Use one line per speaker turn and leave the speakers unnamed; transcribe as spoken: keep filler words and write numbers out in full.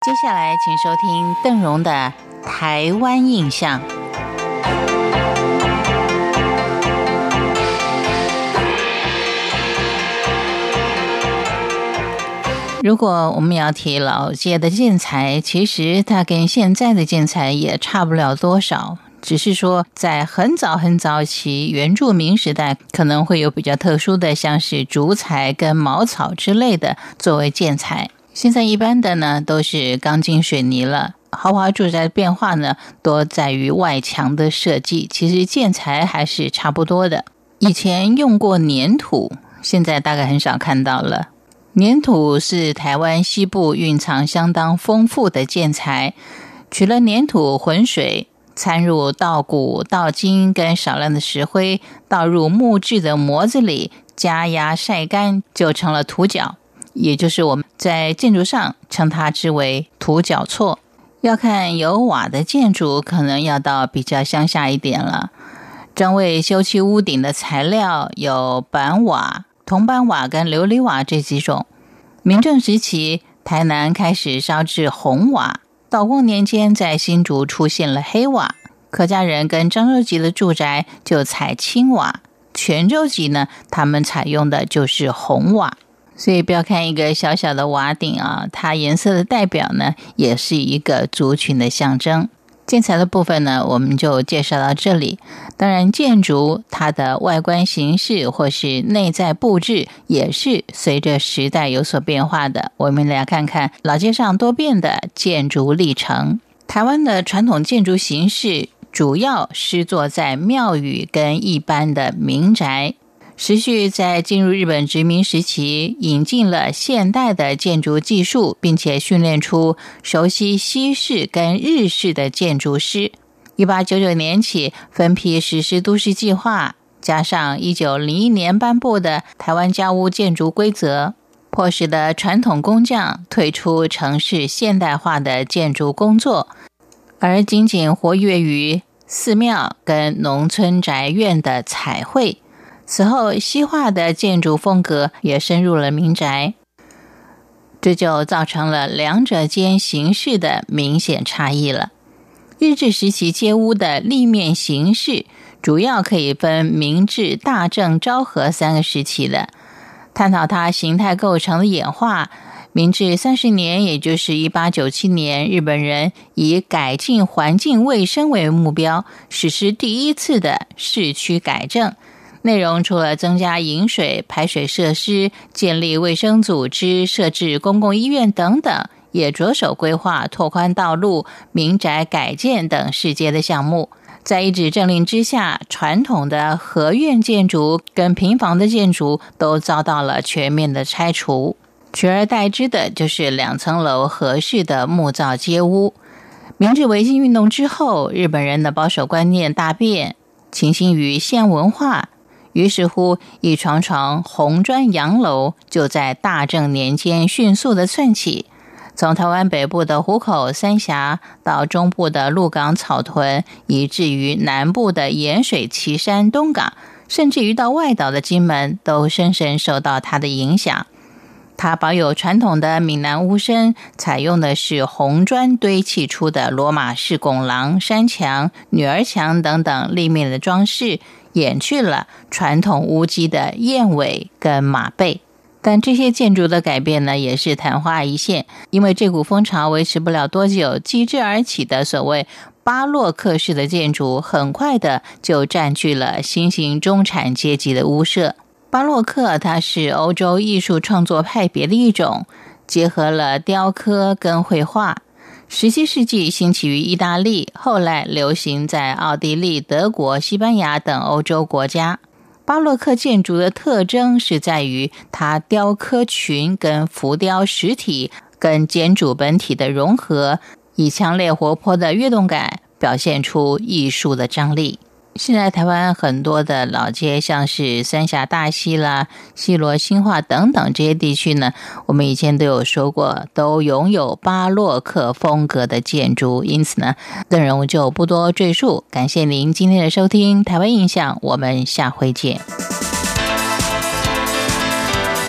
接下来请收听邓荣的《台湾印象》。如果我们要提老街的建材，其实它跟现在的建材也差不了多少，只是说在很早很早期原住民时代可能会有比较特殊的，像是竹材跟茅草之类的作为建材。现在一般的呢都是钢筋水泥了。豪华住宅的变化呢多在于外墙的设计，其实建材还是差不多的。以前用过粘土，现在大概很少看到了。粘土是台湾西部蕴藏相当丰富的建材，取了粘土混水，掺入稻谷、稻茎跟少量的石灰，倒入木质的模子里，加压晒干，就成了土角，也就是我们在建筑上称它之为土角厝。要看有瓦的建筑，可能要到比较乡下一点了。专为修葺屋顶的材料有板瓦、铜板瓦跟琉璃瓦这几种。明郑时期，台南开始烧制红瓦，道光年间在新竹出现了黑瓦，客家人跟漳州籍的住宅就采青瓦，泉州籍呢，他们采用的就是红瓦。所以不要看一个小小的瓦顶啊，它颜色的代表呢，也是一个族群的象征。建材的部分呢，我们就介绍到这里。当然，建筑它的外观形式或是内在布置也是随着时代有所变化的。我们来看看老街上多变的建筑历程。台湾的传统建筑形式主要施作在庙宇跟一般的民宅。持续在进入日本殖民时期，引进了现代的建筑技术，并且训练出熟悉西式跟日式的建筑师。一八九九年起分批实施都市计划，加上一九零一年颁布的台湾家屋建筑规则，迫使的传统工匠退出城市现代化的建筑工作，而仅仅活跃于寺庙跟农村宅院的彩绘。此后西化的建筑风格也深入了民宅，这就造成了两者间形式的明显差异了。日治时期街屋的立面形式主要可以分明治、大正、昭和三个时期的，探讨它形态构成的演化。明治三十年，也就是一八九七年，日本人以改进环境卫生为目标，实施第一次的市区改正。内容除了增加饮水、排水设施、建立卫生组织、设置公共医院等等，也着手规划拓宽道路、民宅改建等世界的项目。在一纸政令之下，传统的合院建筑跟平房的建筑都遭到了全面的拆除，取而代之的就是两层楼合适的木造街屋。明治维新运动之后，日本人的保守观念大变，倾心于现文化，于是乎一幢幢红砖洋楼就在大正年间迅速的窜起。从台湾北部的湖口、三峡，到中部的鹿港、草屯，以至于南部的盐水、旗山、东港，甚至于到外岛的金门，都深深受到它的影响。它保有传统的闽南屋身，采用的是红砖堆砌出的罗马式拱廊、山墙、女儿墙等等立面的装饰，掩去了传统屋基的燕尾跟马背。但这些建筑的改变呢，也是昙花一现，因为这股风潮维持不了多久，继之而起的所谓巴洛克式的建筑，很快的就占据了新型中产阶级的屋舍。巴洛克它是欧洲艺术创作派别的一种，结合了雕刻跟绘画。十七世纪兴起于意大利，后来流行在奥地利、德国、西班牙等欧洲国家。巴洛克建筑的特征是在于它雕刻群跟浮雕实体跟建筑本体的融合，以强烈活泼的跃动感表现出艺术的张力。现在台湾很多的老街，像是三峡大溪啦、西螺新化等等这些地区呢，我们以前都有说过，都拥有巴洛克风格的建筑，因此呢，邓荣就不多赘述。感谢您今天的收听，台湾印象，我们下回见。